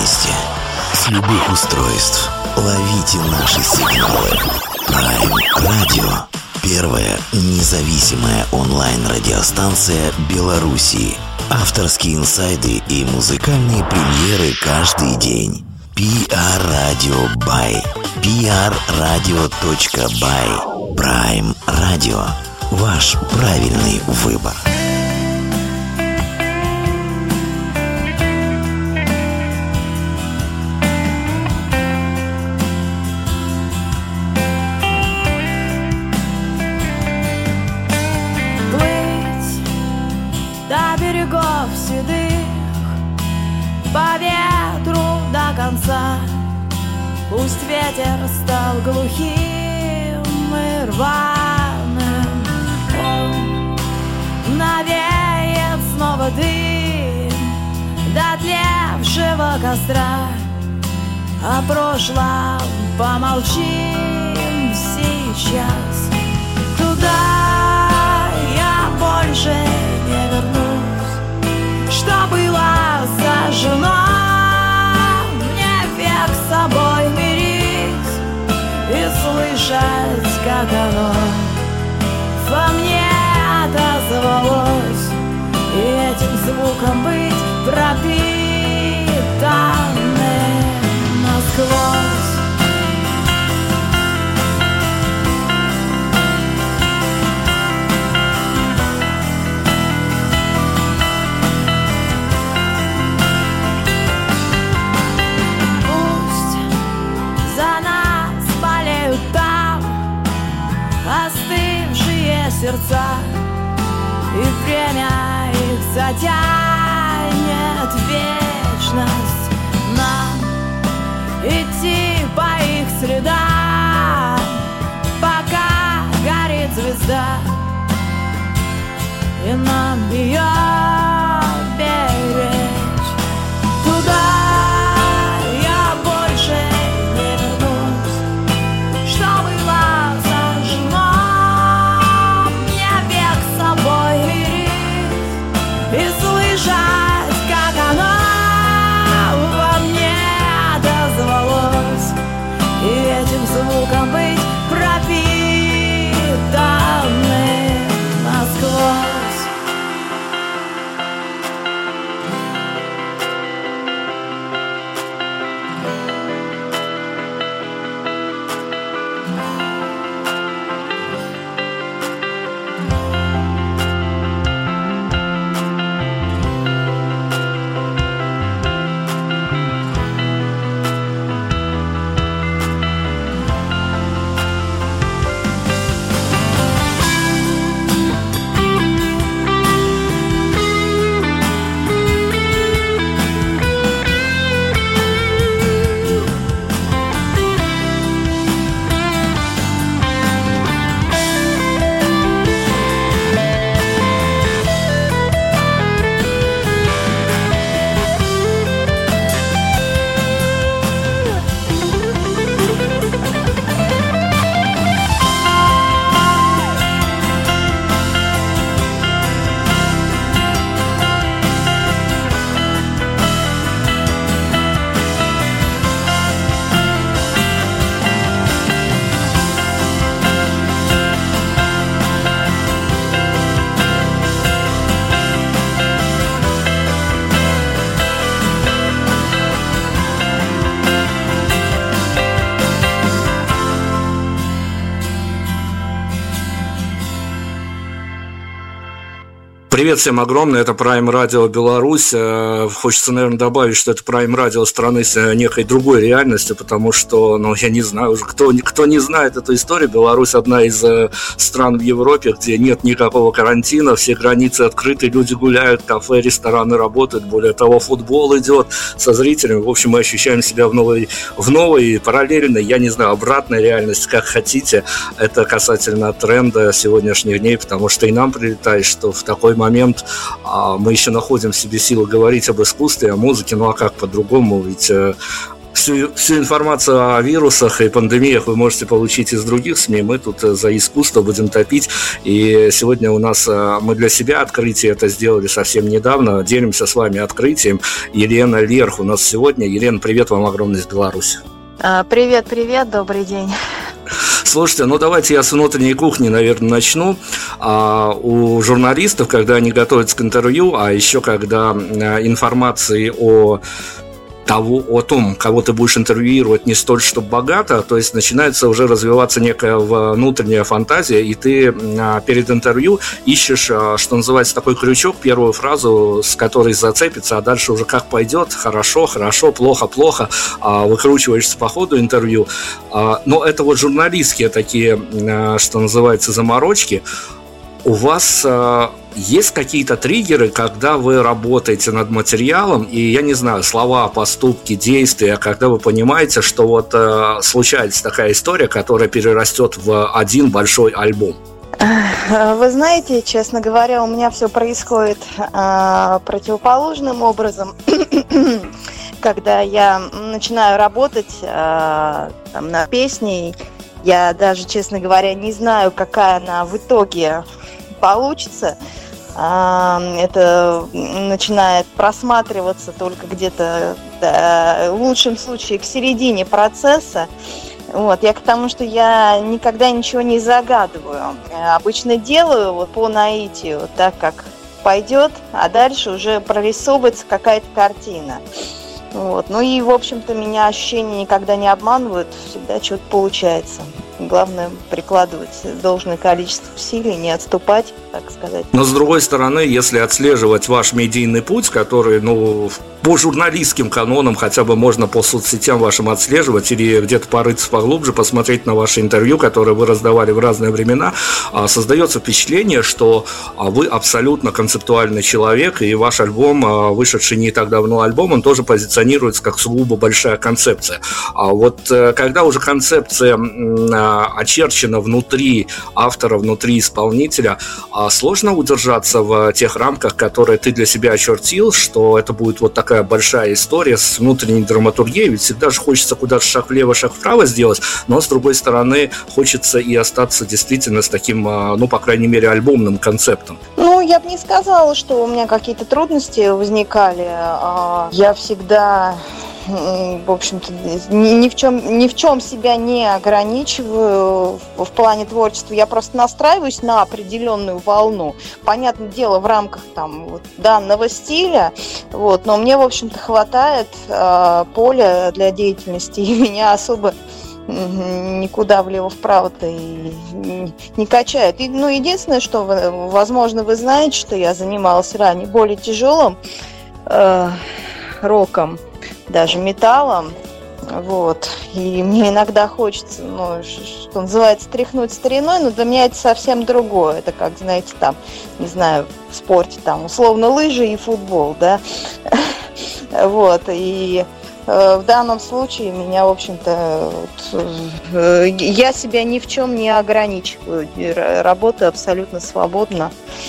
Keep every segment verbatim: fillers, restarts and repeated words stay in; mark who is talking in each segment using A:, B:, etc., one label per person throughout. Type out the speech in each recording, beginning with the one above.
A: месте, с любых устройств. Ловите наши сигналы. Prime Radio. Первая независимая онлайн-радиостанция Беларуси. Авторские инсайды и музыкальные премьеры каждый день. пи ар Radio by. пи ар радио точка бай. Prime Radio. Ваш правильный выбор.
B: Седых по ветру до конца. Пусть ветер стал глухим и рваным, он навеет снова дым дотлевшего костра. О прошлом помолчим сейчас. Туда я больше не вернусь. Что было сожжено, мне век с собой мирить и слышать, как оно во мне отозвалось, и этим звуком быть пропитанным насквозь. Сердца, и время их затянет вечность. Нам идти по их следам, пока горит звезда, и нам ее беречь. Туда я больше не вернусь. Что было сожжено, и слышать, как оно во мне отозвалось, и этим звуком быть пропитанным насквозь.
C: Привет всем огромное, это Prime Radio Беларусь. Хочется, наверное, добавить, что это Prime Radio страны с некой другой реальностью, потому что, ну, я не знаю уже, кто, кто не знает эту историю, Беларусь одна из стран в Европе, где нет никакого карантина, все границы открыты, люди гуляют, кафе, рестораны работают, более того, футбол идет со зрителями. В общем, мы ощущаем себя в новой, в новой параллельной, я не знаю, обратной реальности, как хотите. Это касательно тренда сегодняшних дней, потому что и нам прилетает, что в такой момент момент а, мы еще находим в себе силы говорить об искусстве, о музыке, ну а как по-другому, ведь э, Всю, всю информацию о вирусах и пандемиях вы можете получить из других СМИ. Мы тут за искусство будем топить. И сегодня у нас мы для себя открытие это сделали совсем недавно. Делимся с вами открытием. Елена Лерх у нас сегодня. Елена, привет вам огромный из Беларуси.
D: Привет, привет, добрый день.
C: Слушайте, ну давайте я с внутренней кухни, наверное, начну. А, у журналистов, когда они готовятся к интервью, а еще когда информации о того, о том, кого ты будешь интервьюировать, не столь, что богато, то есть начинается уже развиваться некая внутренняя фантазия, и ты перед интервью ищешь, что называется, такой крючок, первую фразу, с которой зацепится, а дальше уже как пойдет, хорошо, хорошо, плохо, плохо, выкручиваешься по ходу интервью. Но это вот журналистские такие, что называется, заморочки. У вас есть какие-то триггеры, когда вы работаете над материалом, и, я не знаю, слова, поступки, действия, когда вы понимаете, что вот э, случается такая история, которая перерастет в один большой альбом?
D: Вы знаете, честно говоря, у меня все происходит э, противоположным образом. Когда я начинаю работать э, там, над песней, я даже, честно говоря, не знаю, какая она в итоге получится. Это начинает просматриваться только где-то, да, в лучшем случае, к середине процесса. Вот. Я к тому, что я никогда ничего не загадываю. Обычно делаю вот по наитию, так как пойдет, а дальше уже прорисовывается какая-то картина. Вот. Ну и, в общем-то, меня ощущения никогда не обманывают, всегда что-то получается. Главное прикладывать должное количество усилий, не отступать, так сказать.
C: Но, с другой стороны, если отслеживать ваш медийный путь, который, ну, по журналистским канонам хотя бы можно по соцсетям вашим отслеживать или где-то порыться поглубже, посмотреть на ваши интервью, которые вы раздавали в разные времена, создается впечатление, что вы абсолютно концептуальный человек, и ваш альбом, вышедший не так давно альбом, он тоже позиционируется как сугубо большая концепция. А вот когда уже концепция очерчена внутри автора, внутри исполнителя, сложно удержаться в тех рамках, которые ты для себя очертил, что это будет вот такая большая история с внутренней драматургией, ведь всегда же хочется куда-то шаг влево, шаг вправо сделать, но с другой стороны хочется и остаться действительно с таким, ну, по крайней мере, альбомным концептом.
D: Ну, я бы не сказала, что у меня какие-то трудности возникали. Я всегда, в общем-то, ни в чем, ни в чем себя не ограничиваю в плане творчества. Я просто настраиваюсь на определенную волну. Понятное дело, в рамках там вот данного стиля, вот, но мне, в общем-то, хватает э, поля для деятельности, и меня особо никуда влево-вправо-то и не качает. И, ну, единственное, что, вы, возможно, вы знаете, что я занималась ранее более тяжелым э, роком, даже металлом, вот, и мне иногда хочется, ну, что называется, тряхнуть стариной, но для меня это совсем другое, это как, знаете, там, не знаю, в спорте, там, условно, лыжи и футбол, да, вот, и в данном случае меня, в общем-то, я себя ни в чем не ограничиваю, работаю абсолютно свободно.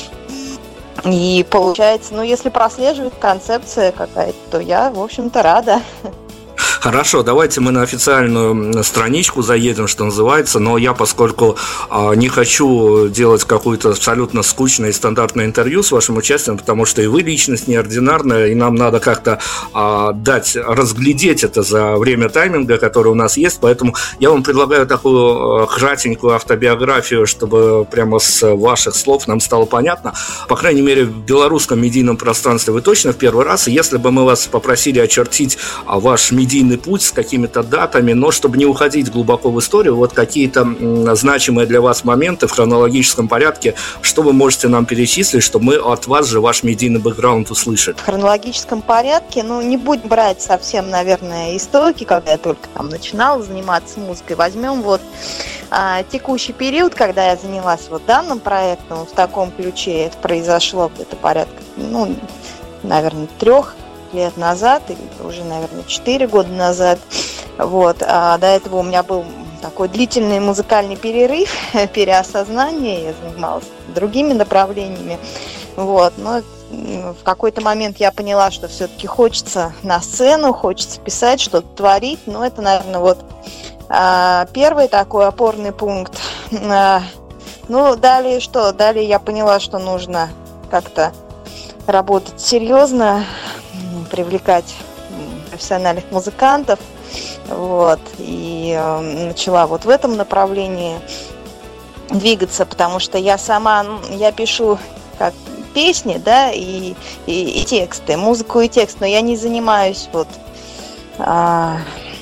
D: И получается, ну, если прослеживает концепция какая-то, то я, в общем-то, рада.
C: Хорошо, давайте мы на официальную страничку заедем, что называется, но я, поскольку а, не хочу делать какое-то абсолютно скучное и стандартное интервью с вашим участием, потому что и вы личность неординарная, и нам надо как-то а, дать, разглядеть это за время тайминга, который у нас есть, поэтому я вам предлагаю такую а, кратенькую автобиографию, чтобы прямо с ваших слов нам стало понятно. По крайней мере, в белорусском медийном пространстве вы точно в первый раз, и если бы мы вас попросили очертить а, ваш медийный путь с какими-то датами, но чтобы не уходить глубоко в историю, вот какие-то м, значимые для вас моменты в хронологическом порядке, что вы можете нам перечислить, чтобы мы от вас же ваш медийный бэкграунд услышали?
D: В хронологическом порядке, ну, не будем брать совсем, наверное, истоки, когда я только там начинала заниматься музыкой. Возьмем вот а, текущий период, когда я занялась вот данным проектом, в таком ключе это произошло где-то порядка, ну, наверное, трех лет назад, или уже, наверное, четыре года назад. Вот. А до этого у меня был такой длительный музыкальный перерыв, переосознание, я занималась другими направлениями. Вот. Но в какой-то момент я поняла, что все-таки хочется на сцену, хочется писать, что-то творить. Но это, наверное, вот первый такой опорный пункт. Ну, далее что? Далее я поняла, что нужно как-то работать серьезно, привлекать профессиональных музыкантов. Вот. И начала вот в этом направлении двигаться, потому что я сама, я пишу как песни, да, и, и, и тексты, музыку и текст, но я не занимаюсь вот а,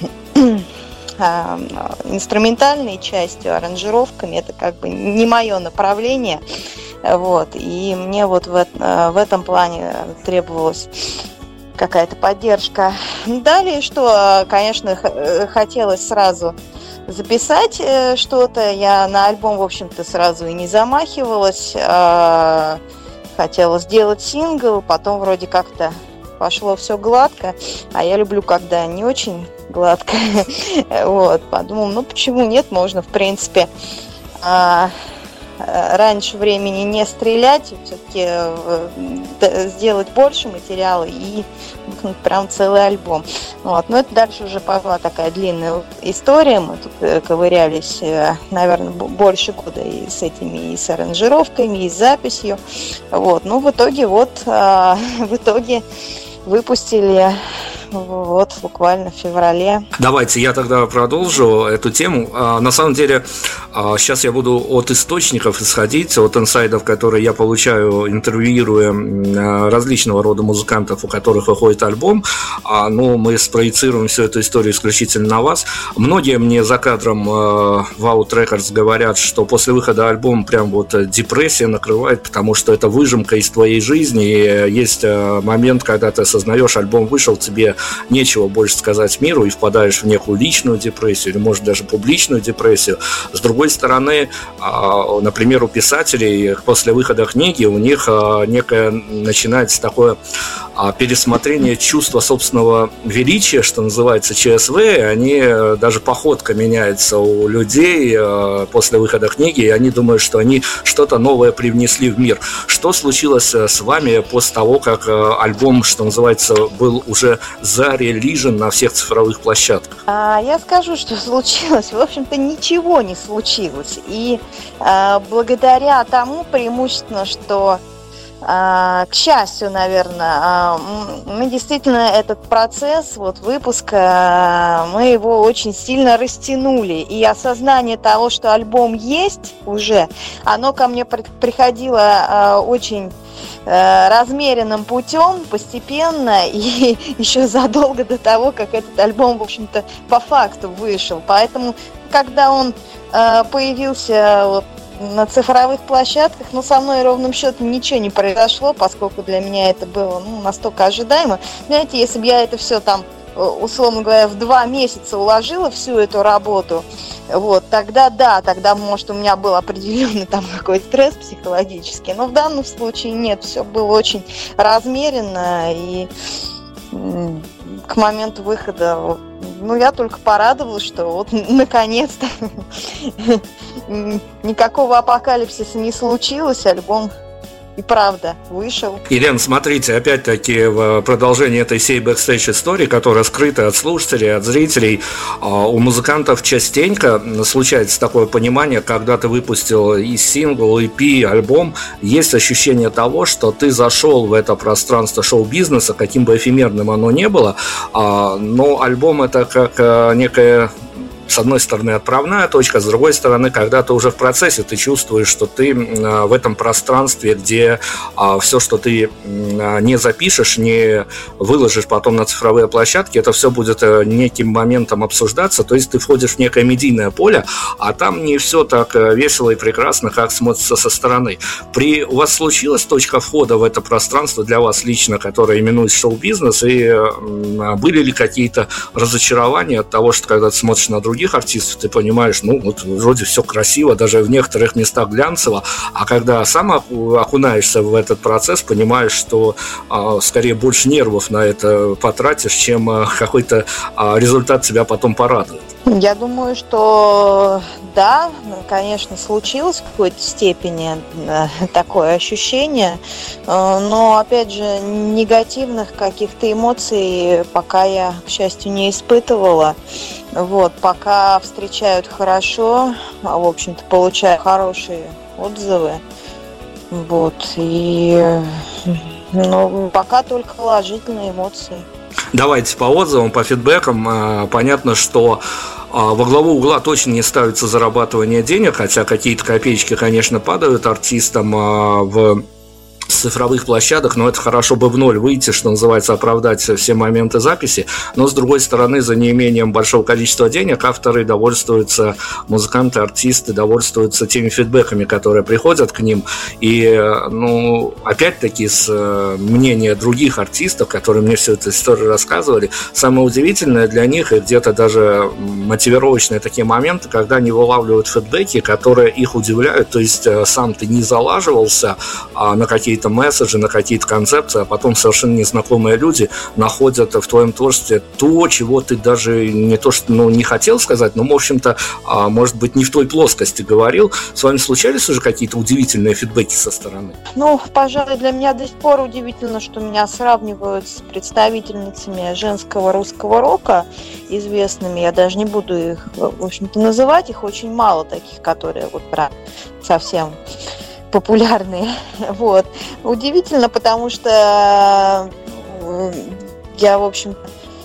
D: а, инструментальной частью, аранжировками, это как бы не мое направление, вот, и мне вот в, в этом плане требовалась какая-то поддержка. Далее, что, конечно, хотелось сразу записать что-то. Я на альбом, в общем-то, сразу и не замахивалась. Хотела сделать сингл, потом вроде как-то пошло все гладко. А я люблю, когда не очень гладко. Вот, подумала, ну почему нет, можно, в принципе, раньше времени не стрелять, все-таки сделать больше материала и выпустить прям целый альбом. Вот. Но это дальше уже пошла такая длинная история. Мы тут ковырялись, наверное, больше года и с этими, и с аранжировками, и с записью. Вот. Ну, в итоге вот, в итоге выпустили вот буквально в феврале.
C: Давайте я тогда продолжу эту тему. На самом деле, сейчас я буду от источников исходить, от инсайдов, которые я получаю, интервьюируя различного рода музыкантов, у которых выходит альбом. Но мы спроецируем всю эту историю исключительно на вас. Многие мне за кадром в Out Records говорят, что после выхода альбома прям вот депрессия накрывает, потому что это выжимка из твоей жизни. И есть момент, когда ты осознаешь, альбом вышел, тебе нечего больше сказать миру и впадаешь в некую личную депрессию или, может, даже публичную депрессию. С другой стороны, например, у писателей после выхода книги у них некое начинается такое пересмотрение чувства собственного величия, что называется ЧСВ. Они, даже походка меняется у людей после выхода книги, и они думают, что они что-то новое привнесли в мир. Что случилось с вами после того, как альбом, что называется, был уже зарелижен на всех цифровых площадках?
D: А, я скажу, что случилось. В общем-то, ничего не случилось. И а, благодаря тому, преимущественно, что, а, к счастью, наверное, а, мы действительно этот процесс вот, выпуска, а, мы его очень сильно растянули. И осознание того, что альбом есть уже, оно ко мне при- приходило а, очень размеренным путем, постепенно и еще задолго до того, как этот альбом, в общем-то, по факту вышел. Поэтому, когда он э, появился вот, на цифровых площадках, ну, со мной ровным счетом ничего не произошло, поскольку для меня это было ну, настолько ожидаемо. Знаете, если бы я это все там, условно говоря, в два месяца уложила всю эту работу, вот, тогда да, тогда, может, у меня был определенный там какой-то стресс психологический, но в данном случае нет, все было очень размеренно, и м- к моменту выхода, ну, я только порадовалась, что вот, наконец-то никакого апокалипсиса не случилось, альбом и правда вышел.
C: Елена, смотрите, опять-таки в продолжении этой всей бэкстейдж истории, которая скрыта от слушателей, от зрителей, у музыкантов частенько случается такое понимание, когда ты выпустил и сингл, и пи, альбом, есть ощущение того, что ты зашел в это пространство шоу-бизнеса, каким бы эфемерным оно ни было, но альбом это как некая, с одной стороны, отправная точка, с другой стороны, когда ты уже в процессе, ты чувствуешь, что ты в этом пространстве, где все, что ты не запишешь, не выложишь потом на цифровые площадки, это все будет неким моментом обсуждаться, то есть ты входишь в некое медийное поле, а там не все так весело и прекрасно, как смотрится со стороны. При у вас случилась точка входа в это пространство для вас лично, которая именуется шоу-бизнес, и были ли какие-то разочарования от того, что когда ты смотришь на других артистов, ты понимаешь, ну, вот вроде все красиво, даже в некоторых местах глянцево, а когда сам окунаешься в этот процесс, понимаешь, что а, скорее больше нервов на это потратишь, чем а, какой-то а, результат тебя потом порадует.
D: Я думаю, что да, конечно, случилось в какой-то степени такое ощущение, но, опять же, негативных каких-то эмоций пока я, к счастью, не испытывала. Вот, пока встречают хорошо, в общем-то, получаю хорошие отзывы. Вот, и ну, пока только положительные эмоции.
C: Давайте по отзывам, по фидбэкам. Понятно, что во главу угла точно не ставится зарабатывание денег, хотя какие-то копеечки, конечно, падают артистам в цифровых площадок, но это хорошо бы в ноль выйти, что называется, оправдать все моменты записи, но с другой стороны, за неимением большого количества денег авторы довольствуются, музыканты, артисты довольствуются теми фидбэками, которые приходят к ним, и, ну, опять-таки, с мнения других артистов, которые мне всю эту историю рассказывали, самое удивительное для них, и где-то даже мотивировочные такие моменты, когда они вылавливают фидбэки, которые их удивляют, то есть сам ты не залаживался а на какие-то месседжи, на какие-то концепции, а потом совершенно незнакомые люди находят в твоем творчестве то, чего ты даже не то, что ну, не хотел сказать, но, в общем-то, может быть, не в той плоскости говорил. С вами случались уже какие-то удивительные фидбэки со стороны?
D: Ну, пожалуй, для меня до сих пор удивительно, что меня сравнивают с представительницами женского русского рока, известными. Я даже не буду их, в общем-то, называть. Их очень мало таких, которые вот прям совсем популярные. Вот. Удивительно, потому что я, в общем,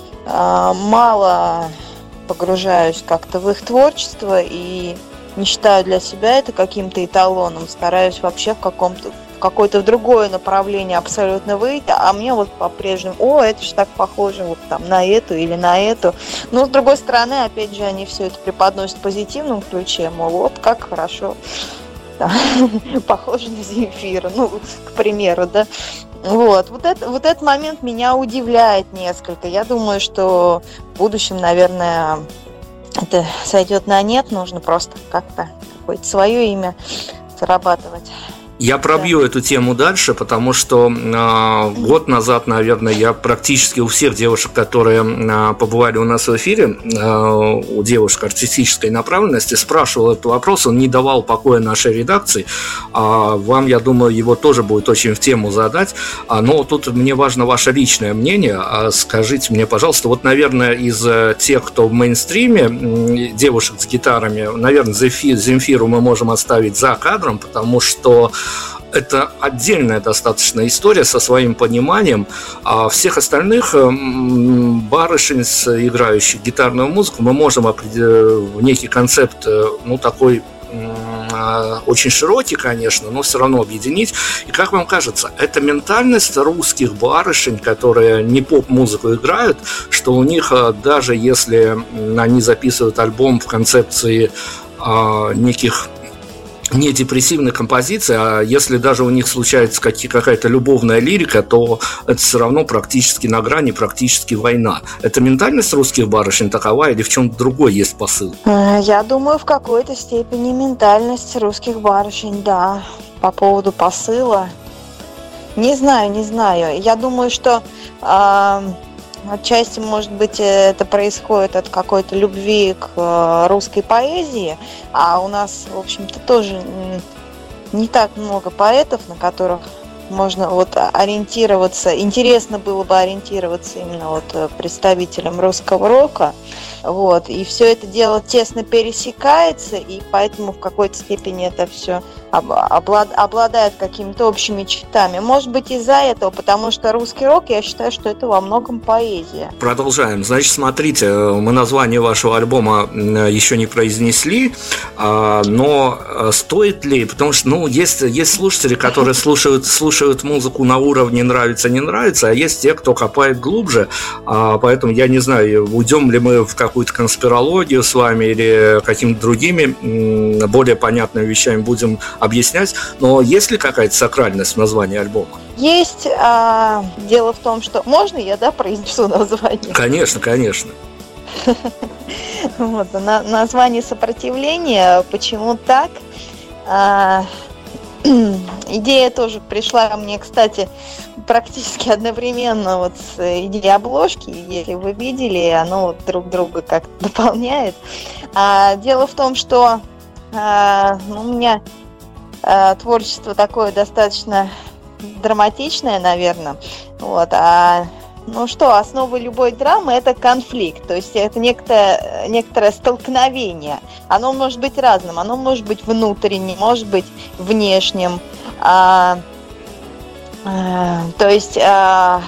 D: мало погружаюсь как-то в их творчество и не считаю для себя это каким-то эталоном. Стараюсь вообще в каком-то в какое-то другое направление абсолютно выйти, а мне вот по-прежнему, о, это же так похоже вот там на эту или на эту. Но с другой стороны, опять же, они все это преподносят в позитивном ключе, мол, вот как хорошо. Да, похоже на Земфиру, ну, к примеру, да. Вот, вот, это, вот этот момент меня удивляет несколько. Я думаю, что в будущем, наверное, это сойдет на нет, нужно просто как-то какое-то свое имя зарабатывать.
C: Я пробью да. эту тему дальше, потому что э, год назад, наверное, я практически у всех девушек, которые э, побывали у нас в эфире, э, у девушек артистической направленности, спрашивал этот вопрос, он не давал покоя нашей редакции. А вам, я думаю, его тоже будет очень в тему задать. А, но тут мне важно ваше личное мнение. А скажите мне, пожалуйста, вот, наверное, из тех, кто в мейнстриме, девушек с гитарами, наверное, Земфиру мы можем оставить за кадром, потому что это отдельная достаточно история со своим пониманием. А всех остальных барышень, играющих гитарную музыку, мы можем в некий концепт, ну, такой очень широкий, конечно, но все равно объединить. И как вам кажется, это ментальность русских барышень, которые не поп-музыку играют, что у них, даже если они записывают альбом в концепции неких не депрессивной композиции, а если даже у них случается какая-то любовная лирика, то это все равно практически на грани, практически война. Это ментальность русских барышень такова или в чем-то другой есть посыл?
D: Я думаю, в какой-то степени ментальность русских барышень, да. По поводу посыла. Не знаю, не знаю. Я думаю, что э, отчасти, может быть, это происходит от какой-то любви к русской поэзии, а у нас, в общем-то, тоже не так много поэтов, на которых можно вот ориентироваться. Интересно было бы ориентироваться именно вот представителям русского рока. Вот. И все это дело тесно пересекается, и поэтому в какой-то степени это все обладает какими-то общими чертами. Может быть, из-за этого, потому что русский рок, я считаю, что это во многом поэзия.
C: Продолжаем. Значит, смотрите, мы название вашего альбома еще не произнесли, но стоит ли, потому что, ну, есть, есть слушатели, которые слушают, слушают музыку на уровне нравится, не нравится, а есть те, кто копает глубже, поэтому я не знаю, уйдем ли мы в какую-то конспирологию с вами или какими-то другими более понятными вещами будем объяснять, но есть ли какая-то сакральность в названии альбома?
D: Есть. А, дело в том, что... Можно я, да, произнесу название?
C: Конечно, конечно.
D: Вот, на, название «Сопротивление». Почему так? А, идея тоже пришла мне, кстати, практически одновременно вот с идеей обложки, если вы видели, оно вот друг друга как-то дополняет. А, дело в том, что а, ну, у меня а, творчество такое достаточно драматичное, наверное. Вот, а ну что, основа любой драмы – это конфликт, то есть это некоторое, некоторое столкновение. Оно может быть разным, оно может быть внутренним, может быть внешним. А, а, то есть а,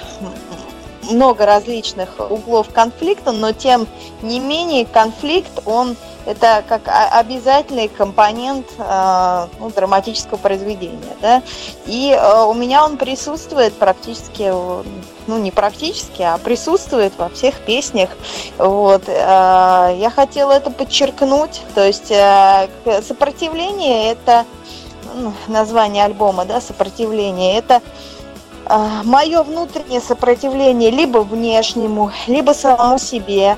D: много различных углов конфликта, но тем не менее конфликт, он это как обязательный компонент э, ну, драматического произведения, да, и э, у меня он присутствует практически, ну не практически, а присутствует во всех песнях, вот, э, я хотела это подчеркнуть, то есть э, сопротивление, это ну, название альбома, да, сопротивление, это э, мое внутреннее сопротивление либо внешнему, либо самому себе,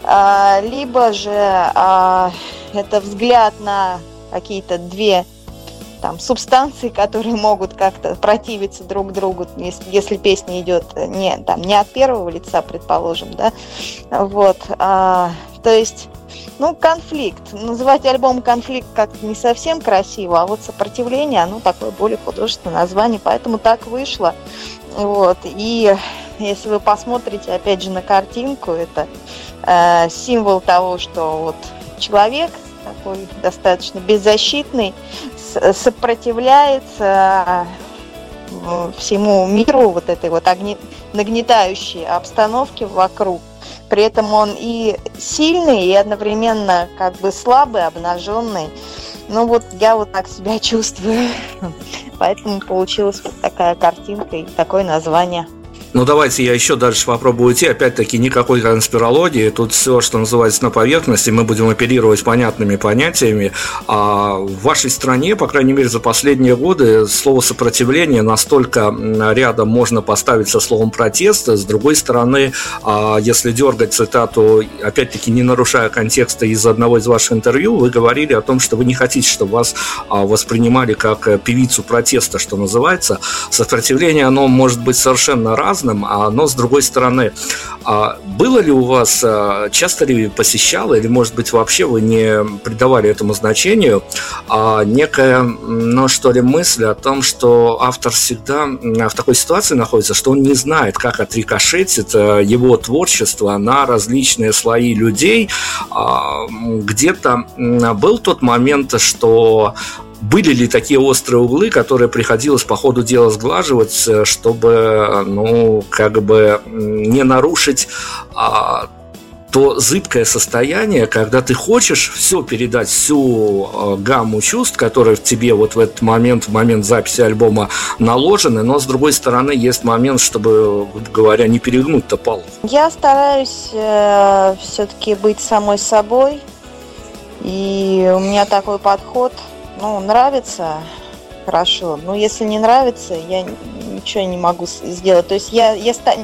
D: либо же а, это взгляд на какие-то две там субстанции, которые могут как-то противиться друг другу, если, если песня идет не, там, не от первого лица, предположим, да, вот, а, то есть, ну, конфликт, называть альбом «Конфликт» как-то не совсем красиво, а вот «Сопротивление», оно такое более художественное название, поэтому так вышло, вот, и если вы посмотрите, опять же, на картинку, это э, символ того, что вот человек такой достаточно беззащитный, с- сопротивляется э, всему миру, вот этой вот огне- нагнетающей обстановке вокруг. При этом он и сильный, и одновременно как бы слабый, обнаженный. Ну вот я вот так себя чувствую. Поэтому получилась вот такая картинка и такое название.
C: Ну, давайте я еще дальше попробую идти. Опять-таки, никакой конспирологии. Тут все, что называется, на поверхности. Мы будем оперировать понятными понятиями. А в вашей стране, по крайней мере, за последние годы слово «сопротивление» настолько рядом можно поставить со словом «протест». С другой стороны, если дергать цитату, опять-таки, не нарушая контекста, из одного из ваших интервью, вы говорили о том, что вы не хотите, чтобы вас воспринимали как певицу протеста, что называется. Сопротивление, оно может быть совершенно разным. Но, с другой стороны, было ли у вас, часто ли посещало, или, может быть, вообще вы не придавали этому значению, некая, ну, что ли, мысль о том, что автор всегда в такой ситуации находится, что он не знает, как отрикошетит его творчество на различные слои людей. Где-то был тот момент, что были ли такие острые углы, которые приходилось по ходу дела сглаживать, чтобы, ну, как бы не нарушить а, то зыбкое состояние, когда ты хочешь все передать, всю а, гамму чувств, которые в тебе вот в этот момент, в момент записи альбома наложены, но, с другой стороны, есть момент, чтобы, грубо говоря, не перегнуть-то палку.
D: Я стараюсь э, все-таки быть самой собой, и у меня такой подход. Ну, нравится, хорошо. Но если не нравится, я ничего не могу сделать. То есть я, я ста-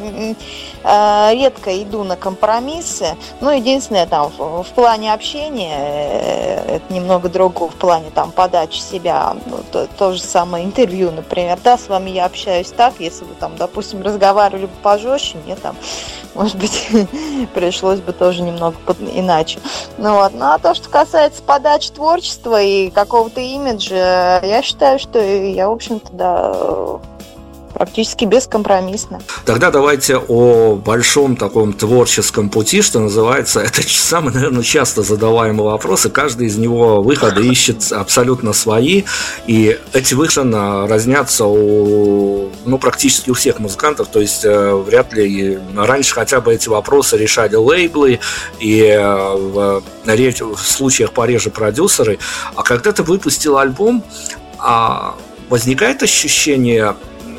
D: э, редко иду на компромиссы. Ну, единственное, там, в, в плане общения, э, это немного другое, в плане там подачи себя. Ну, то, то же самое интервью, например. Да, с вами я общаюсь так, если вы там, допустим, разговаривали бы пожестче, мне там, может быть, пришлось бы тоже немного иначе. Ну, вот. Ну, а то, что касается подачи творчества и какого-то имиджа, я считаю, что я, в общем-то, да, практически бескомпромиссно.
C: Тогда давайте о большом таком творческом пути, что называется. Это самый, наверное, часто задаваемый вопрос, и каждый из него выходы ищет абсолютно свои, и эти выходы разнятся у, ну, практически у всех музыкантов, то есть э, вряд ли раньше хотя бы эти вопросы решали лейблы, и э, в, в случаях пореже продюсеры. А когда ты выпустил альбом, а, возникает ощущение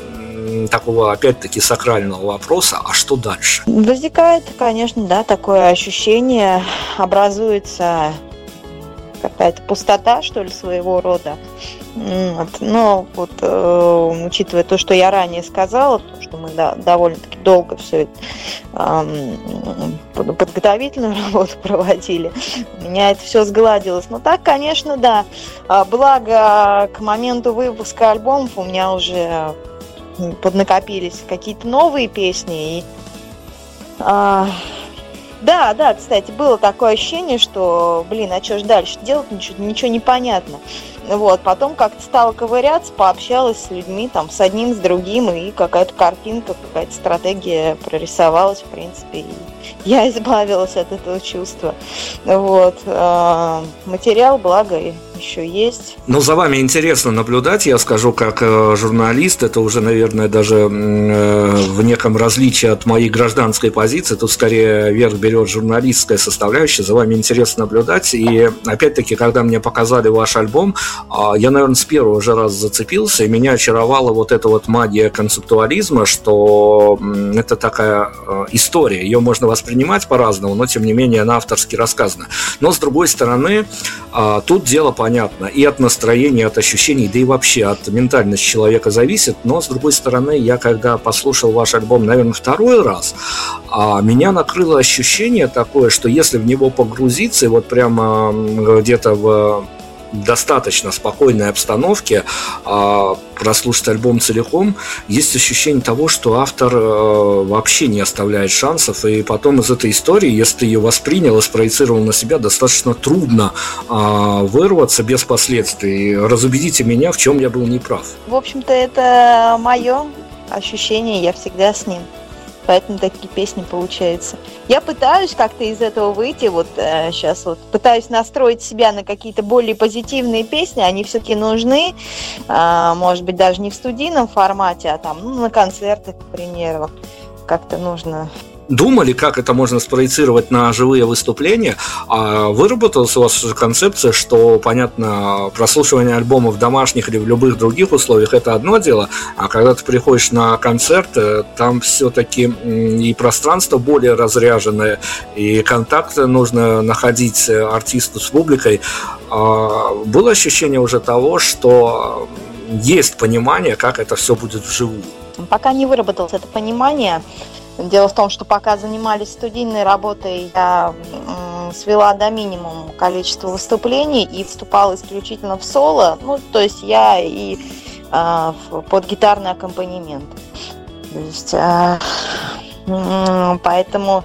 C: такого, опять-таки, сакрального вопроса, а что дальше?
D: Возникает, конечно, да, такое ощущение, образуется какая-то пустота, что ли, своего рода. Вот. Но вот, э, учитывая то, что я ранее сказала, то, что мы да, довольно-таки долго все это э, подготовительную работу проводили, у меня это все сгладилось. Но так, конечно, да. Благо, к моменту выпуска альбомов у меня уже поднакопились какие-то новые песни. И, а, да, да, кстати, было такое ощущение, что, блин, а что ж дальше делать, ничего, ничего не понятно. Вот, потом как-то стала ковыряться, пообщалась с людьми, там, с одним, с другим, и какая-то картинка, какая-то стратегия прорисовалась, в принципе, и я избавилась от этого чувства. Вот, материал, благо, еще есть.
C: Ну, за вами интересно наблюдать, я скажу, как журналист, это уже, наверное, даже в неком различии от моей гражданской позиции, тут скорее верх берет журналистская составляющая, за вами интересно наблюдать, и опять-таки, когда мне показали ваш альбом, я, наверное, с первого же раза зацепился, и меня очаровала вот эта вот магия концептуализма, что это такая история, ее можно воспринимать по-разному, но, тем не менее, она авторски рассказана. Но, с другой стороны, тут дело понятно, и от настроения, от ощущений, да и вообще от ментальности человека зависит, но, с другой стороны, я когда послушал ваш альбом, наверное, второй раз, меня накрыло ощущение такое, что если в него погрузиться, и вот прямо где-то в достаточно спокойной обстановке э, прослушать альбом целиком, есть ощущение того, что автор э, вообще не оставляет шансов, и потом из этой истории, если ты ее воспринял и спроецировал на себя, достаточно трудно э, вырваться без последствий. Разубедите меня, в чем я был неправ.
D: В общем-то, это мое ощущение, я всегда с ним. Поэтому такие песни получаются. Я пытаюсь как-то из этого выйти, вот э, сейчас вот пытаюсь настроить себя на какие-то более позитивные песни, они все-таки нужны, э, может быть, даже не в студийном формате, а там, ну, на концертах, к примеру, как-то нужно...
C: Думали, как это можно спроецировать на живые выступления? А выработалась у вас уже концепция, что, понятно, прослушивание альбома в домашних или в любых других условиях – это одно дело, а когда ты приходишь на концерт, там все-таки и пространство более разряженное, и контакт нужно находить артисту с публикой. Было ощущение уже того, что есть понимание, как это все будет вживую?
D: Пока не выработалось это понимание. Дело в том, что пока занимались студийной работой, я свела до минимума количество выступлений и вступала исключительно в соло, ну, то есть я и э, под гитарный аккомпанемент. То есть, э, э, поэтому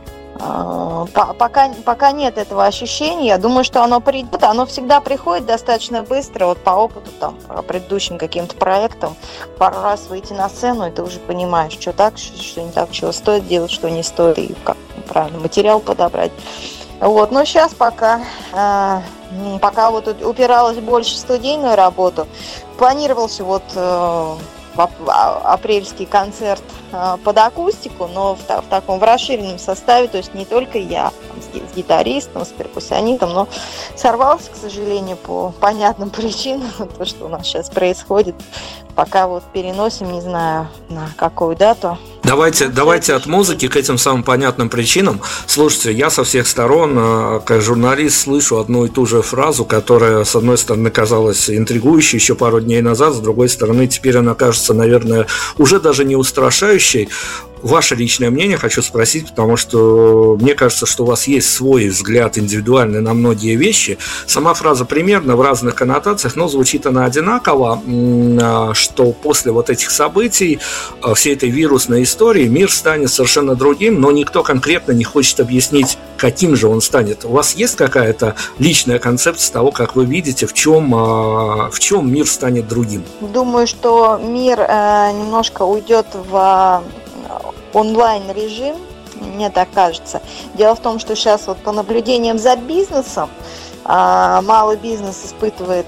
D: э, по, пока, пока нет этого ощущения, я думаю, что оно придет, оно всегда приходит достаточно быстро, вот по опыту, там, по предыдущим каким-то проектам, пару раз выйти на сцену, и ты уже понимаешь, что так, что не так, чего стоит делать, что не стоит, и как правильно материал подобрать. Вот, но сейчас пока, э, пока вот упиралась больше в студийную работу, планировался вот э, апрельский концерт э, под акустику, но в, в таком в расширенном составе, то есть не только я, там, с, с гитаристом, с перкуссионистом, но сорвался, к сожалению, по понятным причинам, то, что у нас сейчас происходит. Пока вот переносим, не знаю, на какую дату.
C: Давайте, давайте от музыки к этим самым понятным причинам. Слушайте, я со всех сторон, как журналист, слышу одну и ту же фразу, которая, с одной стороны, казалась интригующей еще пару дней назад, с другой стороны, теперь она кажется, наверное, уже даже не устрашающей. Ваше личное мнение хочу спросить, потому что мне кажется, что у вас есть свой взгляд индивидуальный на многие вещи. Сама фраза примерно в разных коннотациях, но звучит она одинаково, что после вот этих событий, всей этой вирусной истории, мир станет совершенно другим, но никто конкретно не хочет объяснить, каким же он станет. У вас есть какая-то личная концепция того, как вы видите, в чем, в чем мир станет другим?
D: Думаю, что мир немножко уйдет в онлайн-режим, мне так кажется. Дело в том, что сейчас вот по наблюдениям за бизнесом, малый бизнес испытывает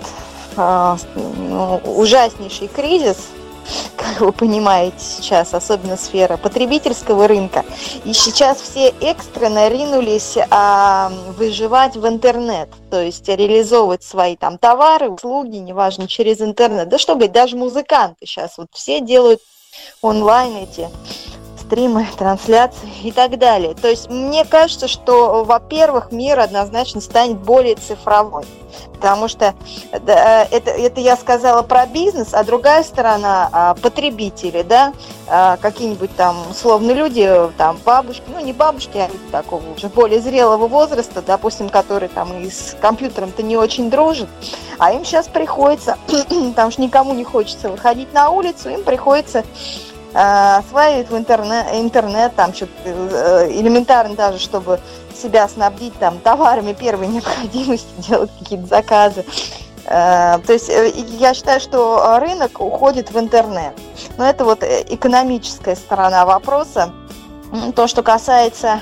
D: ну, ужаснейший кризис, как вы понимаете сейчас, особенно сфера потребительского рынка. И сейчас все экстренно ринулись а, выживать в интернет, то есть реализовывать свои там товары, услуги, неважно, через интернет. Да что быть, даже музыканты сейчас вот все делают онлайн эти стримы, трансляции и так далее. То есть мне кажется, что, во-первых, мир однозначно станет более цифровой. Потому что это, это я сказала про бизнес, а другая сторона – потребители, да, какие-нибудь там условные люди, там бабушки, ну не бабушки, а люди такого уже более зрелого возраста, допустим, которые там и с компьютером-то не очень дружат, а им сейчас приходится, потому что никому не хочется выходить на улицу, им приходится осваивать в интернет, интернет там что-то элементарно даже, чтобы себя снабдить там товарами первой необходимости, делать какие-то заказы. То есть я считаю, что рынок уходит в интернет. Но это вот экономическая сторона вопроса. То, что касается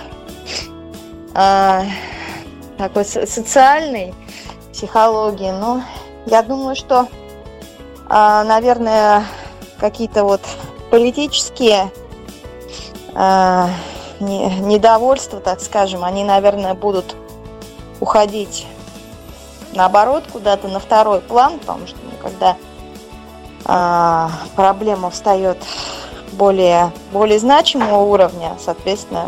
D: такой социальной психологии, ну, я думаю, что, наверное, какие-то вот политические недовольства, так скажем, они, наверное, будут уходить наоборот куда-то на второй план, потому что ну, когда а, проблема встает более, более значимого уровня, соответственно,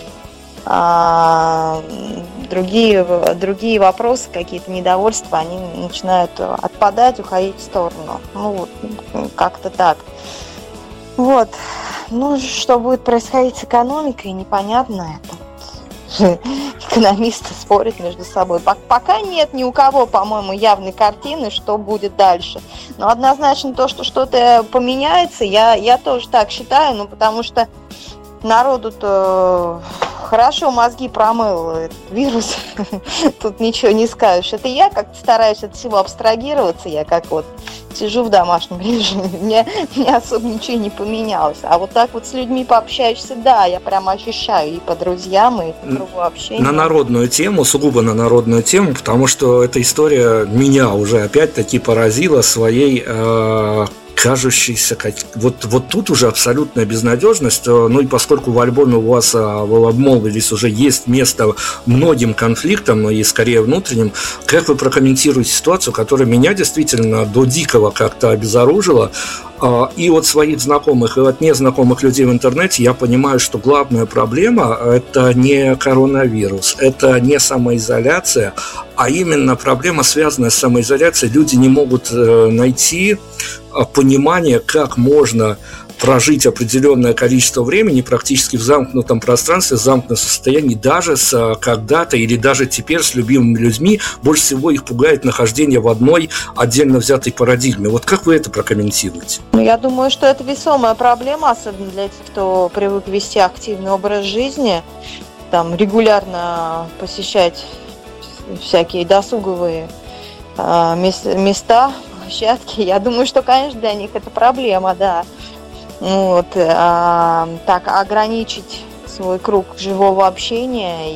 D: а, другие, другие вопросы, какие-то недовольства, они начинают отпадать, уходить в сторону. Ну, как-то так. Вот. Ну, что будет происходить с экономикой, непонятно. Это экономисты спорят между собой. Пока нет ни у кого, по-моему, явной картины, что будет дальше. Но однозначно то, что что-то поменяется, я, я тоже так считаю, ну, потому что народу-то хорошо мозги промыл этот вирус. Тут ничего не скажешь. Это я как-то стараюсь от всего абстрагироваться. Я как вот сижу в домашнем режиме, мне, мне особо ничего не поменялось. А вот так вот с людьми пообщаешься, да, я прямо ощущаю и по друзьям, и по кругу общения.
C: На народную тему, сугубо на народную тему, потому что эта история меня уже опять-таки поразила своей э, кажущейся, как, вот, вот тут уже абсолютная безнадежность. Ну и поскольку в альбоме у вас, вы обмолвились, уже есть место многим конфликтам, и скорее внутренним, как вы прокомментируете ситуацию, которая меня действительно до дикого как-то обезоружила? И от своих знакомых, и от незнакомых людей в интернете я понимаю, что главная проблема – это не коронавирус, это не самоизоляция, а именно проблема, связанная с самоизоляцией. Люди не могут найти понимание, как можно прожить определенное количество времени практически в замкнутом пространстве, в замкнутом состоянии, даже с когда-то или даже теперь с любимыми людьми. Больше всего их пугает нахождение в одной отдельно взятой парадигме. Вот как вы это прокомментируете?
D: Ну, я думаю, что это весомая проблема, особенно для тех, кто привык вести активный образ жизни, там, регулярно посещать всякие досуговые э, места, площадки. Я думаю, что, конечно, для них это проблема, да. Вот, а, так, ограничить свой круг живого общения и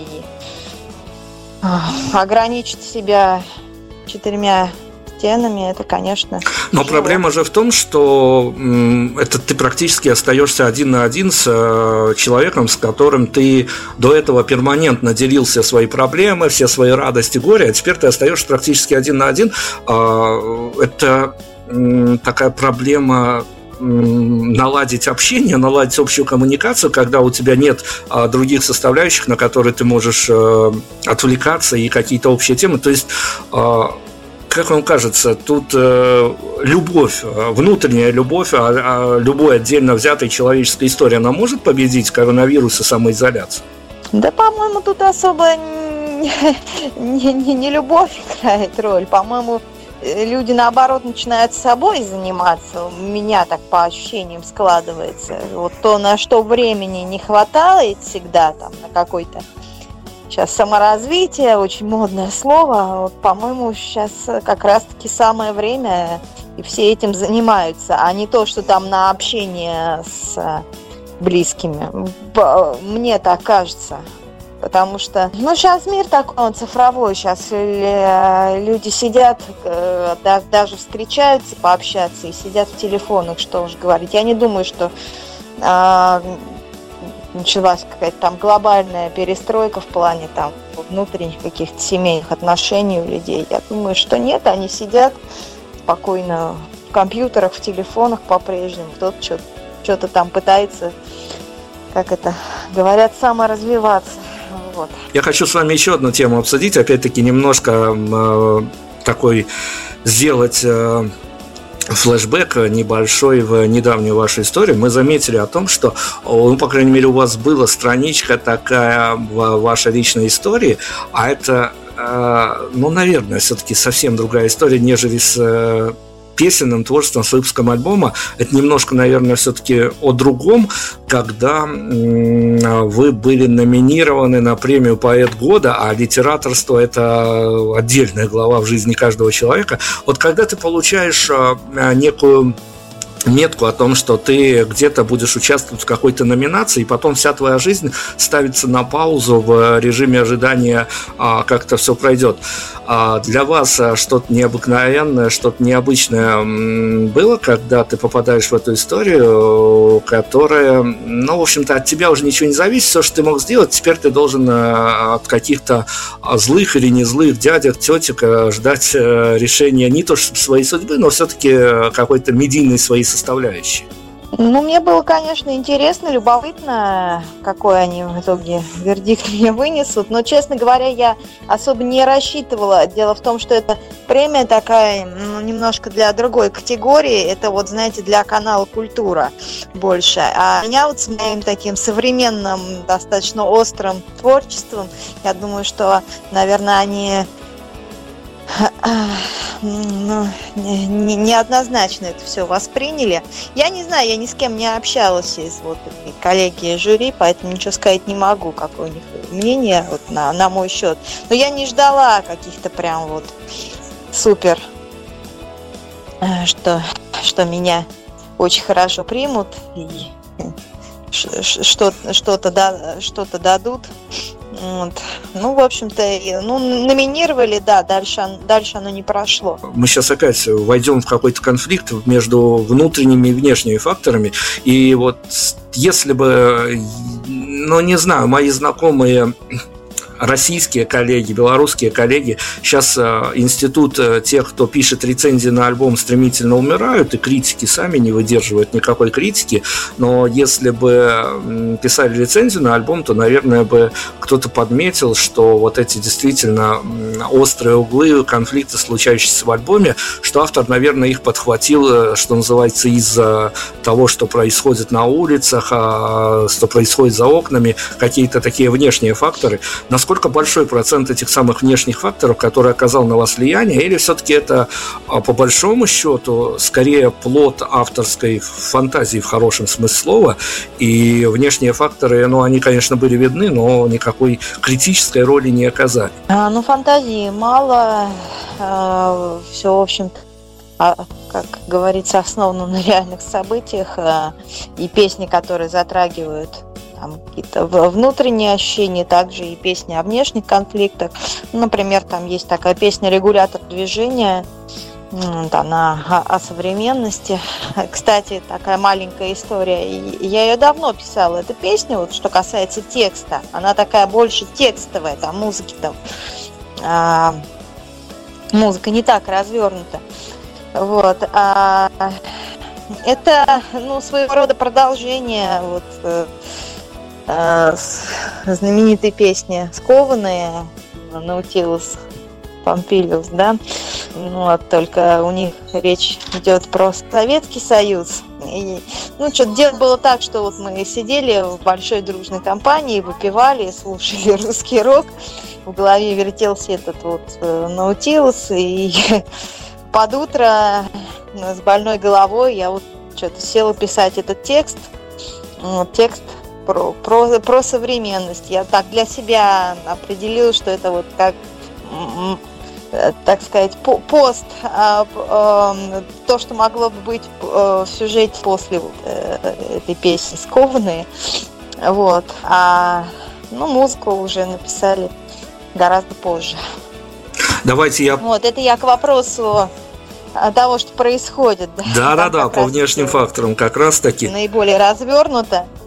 D: а, ограничить себя четырьмя стенами, это, конечно...
C: Но
D: тяжело.
C: Проблема же в том, что м, это ты практически остаешься один на один с э, человеком, с которым ты до этого перманентно делился свои проблемы, все свои радости, горе, а теперь ты остаешься практически один на один. Э, это м, такая проблема... наладить общение, наладить общую коммуникацию, когда у тебя нет а, других составляющих, на которые ты можешь а, отвлекаться и какие-то общие темы. То есть, а, как вам кажется, тут а, любовь, внутренняя любовь, а, а любой отдельно взятой человеческой истории, она может победить коронавирус и самоизоляцию?
D: Да, по-моему, тут особо не, не, не, не любовь играет роль. По-моему, люди, наоборот, начинают собой заниматься. У меня так по ощущениям складывается. Вот то, на что времени не хватает всегда, там, на какой-то сейчас саморазвитие, очень модное слово. Вот, по-моему, сейчас как раз-таки самое время, и все этим занимаются, а не то, что там на общение с близкими. Мне так кажется. Потому что, ну, сейчас мир такой, он цифровой, сейчас люди сидят, даже встречаются пообщаться и сидят в телефонах, что уж говорить. Я не думаю, что а, началась какая-то там глобальная перестройка в плане там внутренних каких-то семейных отношений у людей. Я думаю, что нет, они сидят спокойно в компьютерах, в телефонах по-прежнему, кто-то что-то, что-то там пытается как это говорят, саморазвиваться. Вот.
C: Я хочу с вами еще одну тему обсудить, опять-таки немножко э, такой сделать э, флешбэк небольшой в недавнюю вашу историю. Мы заметили о том, что, ну, по крайней мере, у вас была страничка такая в вашей личной истории, а это, э, ну, наверное, все-таки совсем другая история, нежели с э, песенным творчеством, с выпуском альбома. Это немножко, наверное, все-таки о другом, когда вы были номинированы на премию «Поэт года», а литераторство – это отдельная глава в жизни каждого человека. Вот когда ты получаешь некую метку о том, что ты где-то будешь участвовать в какой-то номинации, и потом вся твоя жизнь ставится на паузу в режиме ожидания, как это все пройдет. Для вас что-то необыкновенное, что-то необычное было, когда ты попадаешь в эту историю, которая, ну, в общем-то, от тебя уже ничего не зависит, все, что ты мог сделать, теперь ты должен от каких-то злых или не злых дядек, тетек ждать решения не то что своей судьбы, но все-таки какой-то медийной своей составляющей.
D: Ну, мне было, конечно, интересно, любопытно, какой они в итоге вердикт мне вынесут. Но, честно говоря, я особо не рассчитывала. Дело в том, что эта премия такая, ну, немножко для другой категории. Это вот, знаете, для канала «Культура» больше. А меня вот с моим таким современным, достаточно острым творчеством, я думаю, что, наверное, они... Ну, неоднозначно это все восприняли. Я не знаю, я ни с кем не общалась из вот коллеги жюри, поэтому ничего сказать не могу, какое у них мнение вот на, на мой счет. Но я не ждала каких-то прям вот супер, что, что меня очень хорошо примут и что-то, что-то, да, что-то дадут. Вот. Ну, в общем-то, ну, номинировали, да, дальше, дальше оно не прошло.
C: Мы сейчас опять войдем в какой-то конфликт между внутренними и внешними факторами. И вот если бы, ну, не знаю, мои знакомые российские коллеги, белорусские коллеги, сейчас э, институт э, тех, кто пишет рецензии на альбом, стремительно умирают, и критики сами не выдерживают никакой критики, но если бы э, писали рецензию на альбом, то, наверное, бы кто-то подметил, что вот эти действительно острые углы, конфликты, случающиеся в альбоме, что автор, наверное, их подхватил, что называется, из-за того, что происходит на улицах, а, что происходит за окнами, какие-то такие внешние факторы. Насколько большой процент этих самых внешних факторов, который оказал на вас влияние, или все-таки это, по большому счету, скорее плод авторской фантазии в хорошем смысле слова, и внешние факторы, ну, они, конечно, были видны, но никакой критической роли не оказали?
D: А, ну, фантазии мало, а, все, в общем-то, а, как говорится, основано на реальных событиях, а, и песни, которые затрагивают там какие-то внутренние ощущения, также и песни о внешних конфликтах. Например, там есть такая песня «Регулятор движения», она о, о современности. Кстати, такая маленькая история. Я ее давно писала, эту песню, вот, что касается текста. Она такая больше текстовая, там музыки там а, музыка не так развернута. Вот. А, это, ну, своего рода продолжение вот знаменитой песни «Скованные», Наутилус Помпилиус, да, вот, только у них речь идет про Советский Союз. И, ну, что-то дело было так, что вот мы сидели в большой дружной компании, выпивали, слушали русский рок, в голове вертелся этот вот Наутилус, и под утро с больной головой я вот что-то села писать этот текст, вот, текст Про, про, про современность. Я так для себя определила, что это вот как, так сказать, пост, то, что могло бы быть в сюжете после вот этой песни «Скованные». Вот. А, ну, музыку уже написали гораздо позже.
C: Давайте я...
D: Вот, это я к вопросу того, что происходит.
C: Да-да-да, по внешним факторам как раз таки.
D: Наиболее развернуто.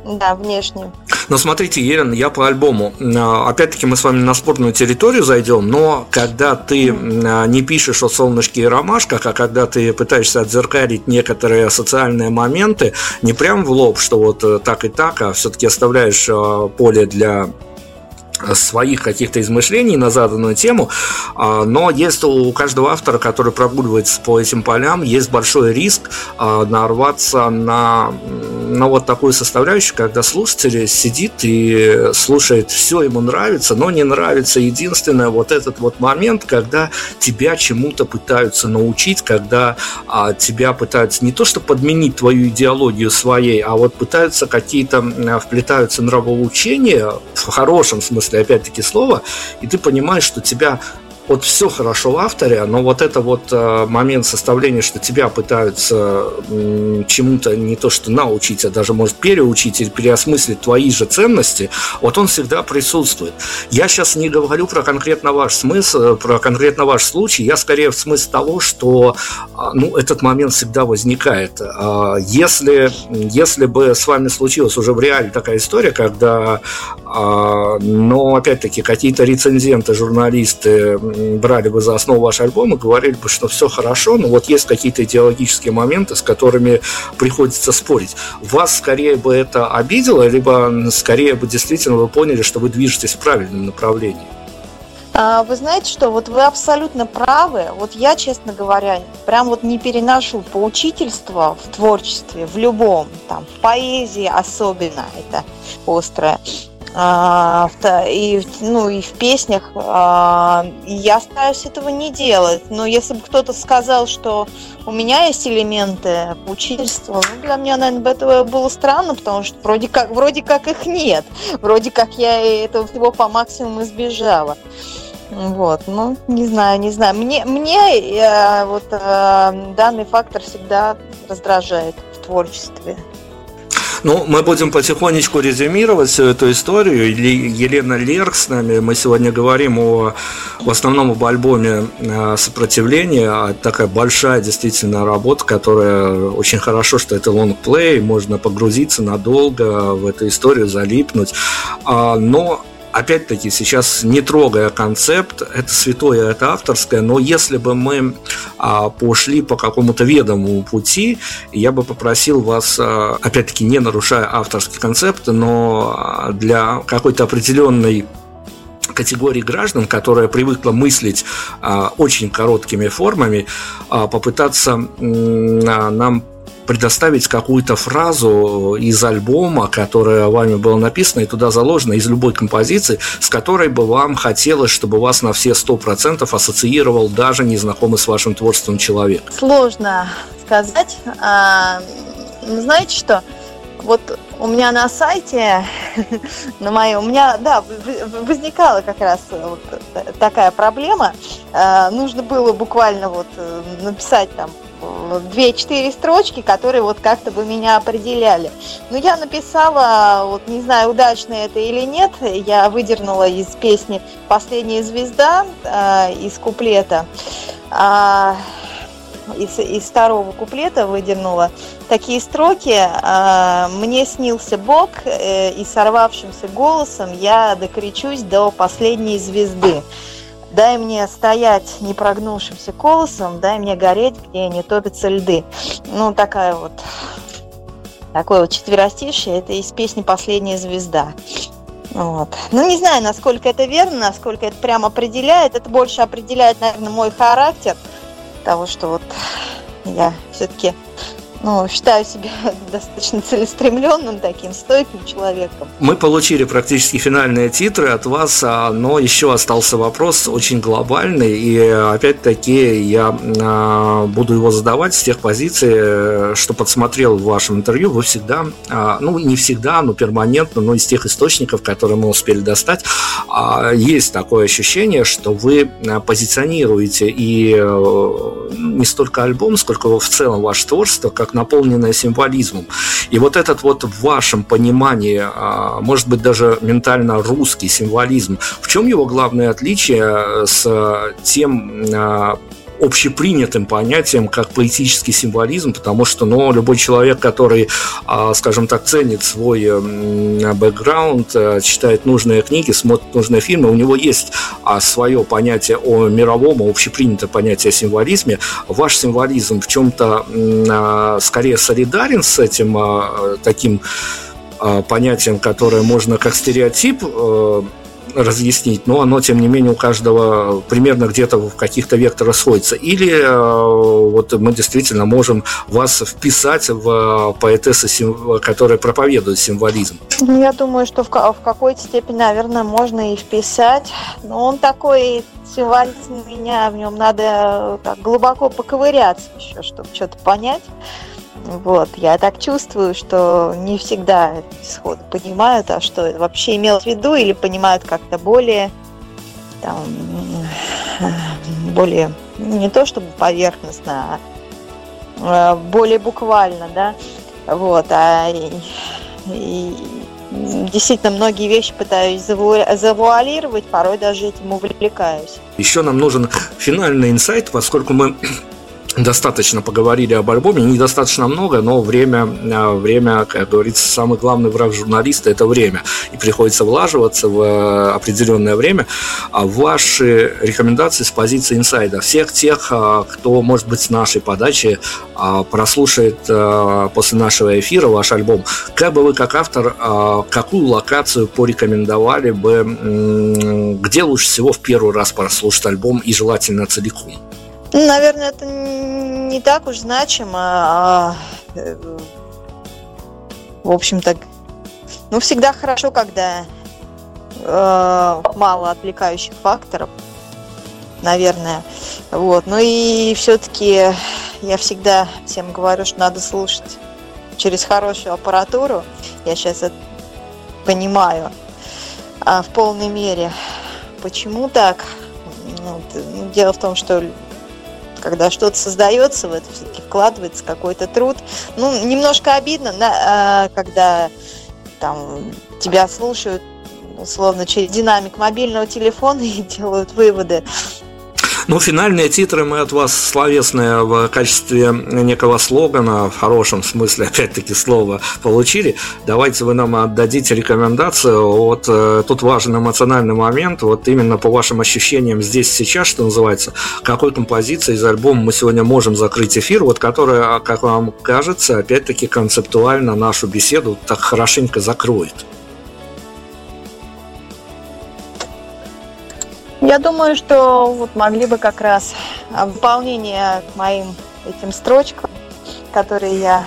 D: Да, внешне.
C: Но смотрите, Елена, я по альбому. Опять-таки мы с вами на спорную территорию зайдем, но когда ты не пишешь о солнышке и ромашках, а когда ты пытаешься отзеркалить некоторые социальные моменты, не прям в лоб, что вот так и так, а все-таки оставляешь поле для своих каких-то измышлений на заданную тему, но есть у каждого автора, который прогуливается по этим полям, есть большой риск нарваться на, на вот такую составляющую, когда слушатель сидит и слушает, все ему нравится, но не нравится единственное вот этот вот момент, когда тебя чему-то пытаются научить, когда тебя пытаются не то что подменить твою идеологию своей, а вот пытаются какие-то, вплетаются нравоучения в хорошем смысле, опять-таки, слова, и ты понимаешь, что тебя вот все хорошо в авторе, но вот это вот э, момент составления, что тебя пытаются э, чему-то не то что научить, а даже, может, переучить или переосмыслить твои же ценности, вот он всегда присутствует. Я сейчас не говорю про конкретно ваш смысл, про конкретно ваш случай, я скорее в смысле того, что э, ну, этот момент всегда возникает. Э, если, если бы с вами случилась уже в реале такая история, когда, э, но опять-таки какие-то рецензенты, журналисты брали бы за основу ваш альбом и говорили бы, что все хорошо, но вот есть какие-то идеологические моменты, с которыми приходится спорить. Вас скорее бы это обидело, либо скорее бы действительно вы поняли, что вы движетесь в правильном направлении?
D: Вы знаете что, вот вы абсолютно правы. Вот я, честно говоря, прям вот не переношу поучительство в творчестве, в любом, там, в поэзии особенно это острое. И, ну, и в песнях я стараюсь этого не делать. Но если бы кто-то сказал, что у меня есть элементы поучительства, ну, для меня, наверное, это было странно, потому что вроде как, вроде как их нет. Вроде как я этого всего по максимуму избежала. Вот, ну, не знаю, не знаю. Мне, мне э, вот э, данный фактор всегда раздражает в творчестве.
C: Ну, мы будем потихонечку резюмировать всю эту историю. Елена Лерк с нами. Мы сегодня говорим о, в основном об альбоме «Сопротивление». Такая большая действительно работа, которая очень хорошо, что это лонгплей. Можно погрузиться надолго в эту историю, залипнуть. Но опять-таки, сейчас не трогая концепт, это святое, это авторское, но если бы мы а, пошли по какому-то ведомому пути, я бы попросил вас, а, опять-таки, не нарушая авторский концепт, но для какой-то определенной категории граждан, которая привыкла мыслить а, очень короткими формами, а, попытаться м, а, нам предоставить какую-то фразу из альбома, которая вами была написана и туда заложена, из любой композиции, с которой бы вам хотелось, чтобы вас на все сто процентов ассоциировал даже незнакомый с вашим творчеством человек.
D: Сложно сказать. А, знаете что? Вот у меня на сайте, на моем, у меня, да, возникала как раз вот такая проблема. А, нужно было буквально вот написать там две-четыре строчки, которые вот как-то бы меня определяли. Но я написала, вот не знаю, удачно это или нет, я выдернула из песни «Последняя звезда», э, из куплета, э, из, из второго куплета выдернула такие строки: э, «Мне снился Бог, э, и сорвавшимся голосом я докричусь до последней звезды. Дай мне стоять непрогнувшимся колосом, дай мне гореть, где не топятся льды». Ну, такая вот, такое вот четверостишье, это из песни «Последняя звезда». Вот. Ну, не знаю, насколько это верно, насколько это прям определяет. Это больше определяет, наверное, мой характер, того, что вот я все-таки, ну, считаю себя достаточно целеустремленным, таким стойким человеком.
C: Мы получили практически финальные титры от вас, но еще остался вопрос очень глобальный, и опять-таки я буду его задавать с тех позиций, что подсмотрел в вашем интервью. Вы всегда, ну, не всегда, но перманентно, но из тех источников, которые мы успели достать, есть такое ощущение, что вы позиционируете и не столько альбом, сколько в целом ваше творчество, как наполненное символизмом. И вот этот вот в вашем понимании, может быть, даже ментально русский символизм, в чем его главное отличие с тем общепринятым понятием, как поэтический символизм, потому что, ну, любой человек, который, скажем так, ценит свой бэкграунд, читает нужные книги, смотрит нужные фильмы, у него есть свое понятие о мировом, общепринятое понятие о символизме. Ваш символизм в чем-то скорее солидарен с этим таким понятием, которое можно как стереотип разъяснить, но оно, тем не менее, у каждого примерно где-то в каких-то векторах сходится. Или э, вот мы действительно можем вас вписать в поэтессы, которые проповедуют символизм?
D: Я думаю, что в, в какой-то степени, наверное, можно и вписать, но он такой символизм у меня, в нем надо так глубоко поковыряться еще, чтобы что-то понять. Вот, я так чувствую, что не всегда сходу понимают, а что вообще имел в виду, или понимают как-то более, там, более, не то чтобы поверхностно, а более буквально, да, вот, а и, и действительно многие вещи пытаюсь заву- завуалировать, порой даже этим увлекаюсь.
C: Еще нам нужен финальный инсайт, поскольку мы достаточно поговорили об альбоме, недостаточно много, но время, время, как говорится, самый главный враг журналиста – это время, и приходится влаживаться в определенное время. А ваши рекомендации с позиции инсайда, всех тех, кто, может быть, с нашей подачи прослушает после нашего эфира ваш альбом, как бы вы, как автор, какую локацию порекомендовали бы, где лучше всего в первый раз прослушать альбом и желательно целиком?
D: Наверное, это не так уж значимо, а, в общем-то, ну, всегда хорошо, когда э, мало отвлекающих факторов, наверное, вот, ну и все-таки я всегда всем говорю, что надо слушать через хорошую аппаратуру, я сейчас это понимаю а, в полной мере. Почему так? Ну, дело в том, что когда что-то создается, в это все-таки вкладывается какой-то труд. Ну, немножко обидно, да, когда там тебя слушают, условно, через динамик мобильного телефона и делают выводы.
C: Ну, финальные титры мы от вас словесные в качестве некого слогана, в хорошем смысле, опять-таки, слова получили. Давайте вы нам отдадите рекомендацию. Вот э, тут важен эмоциональный момент. Вот именно по вашим ощущениям здесь сейчас, что называется, какой композицией из альбома мы сегодня можем закрыть эфир, вот которая, как вам кажется, опять-таки концептуально нашу беседу так хорошенько закроет.
D: Я думаю, что вот могли бы как раз в дополнение к моим этим строчкам, которые я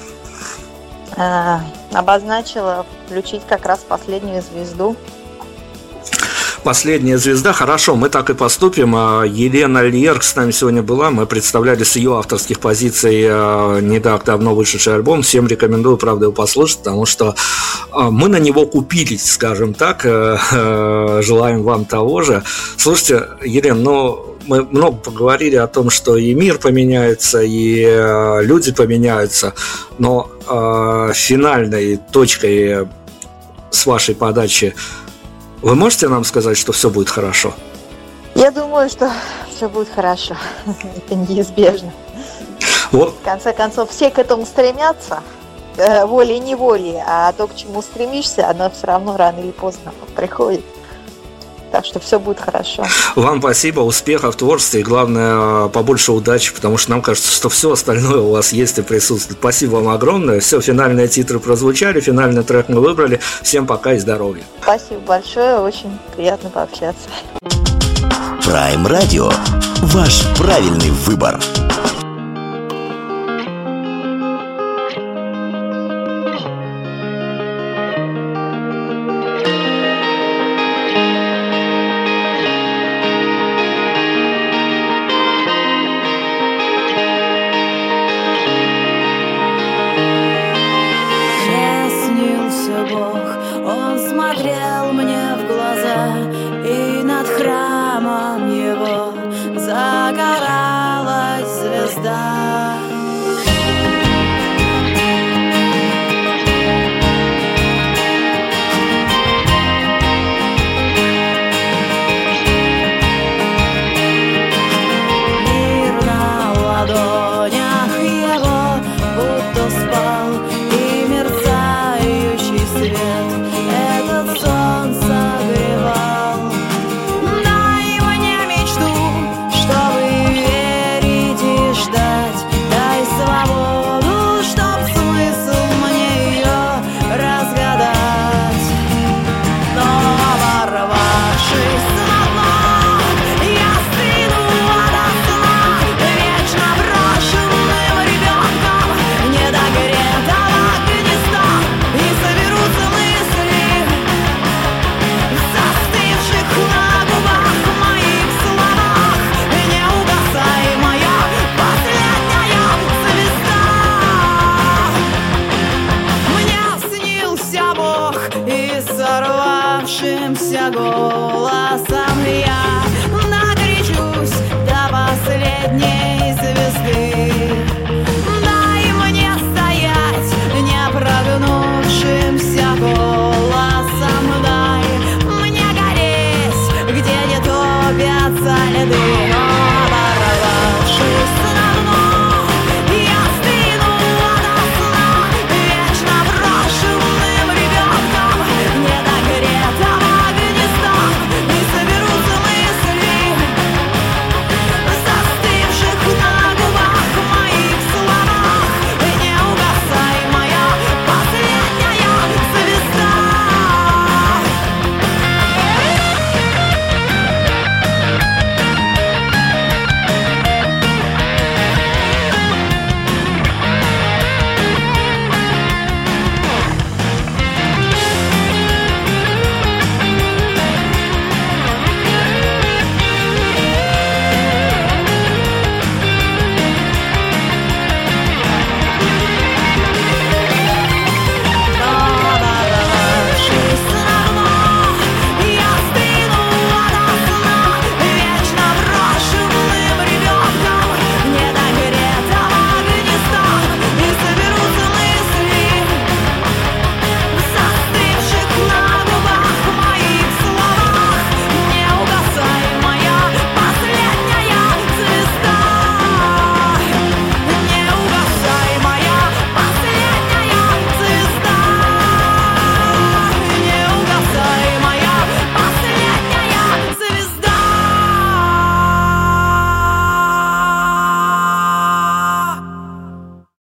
D: э, обозначила, включить как раз последнюю звезду.
C: Последняя звезда. Хорошо, мы так и поступим. Елена Лерк с нами сегодня была. Мы представляли с ее авторских позиций не так давно вышедший альбом. Всем рекомендую, правда, его послушать, потому что мы на него купились, скажем так. Желаем вам того же. Слушайте, Елена, ну, мы много поговорили о том, что и мир поменяется, и люди поменяются, но финальной точкой с вашей подачи вы можете нам сказать, что все будет хорошо?
D: Я думаю, что все будет хорошо. Это неизбежно. Вот. В конце концов, все к этому стремятся, волей-неволей, а то, к чему стремишься, оно все равно рано или поздно приходит. Так что все будет хорошо.
C: Вам спасибо, успехов в творчестве и, главное, побольше удачи, потому что нам кажется, что все остальное у вас есть и присутствует. Спасибо вам огромное. Все, финальные титры прозвучали, финальный трек мы выбрали. Всем пока и здоровья.
D: Спасибо большое, очень приятно пообщаться.
A: Prime Radio. Ваш правильный выбор.
B: сорвавшимся голосом я накричусь до последней звезды.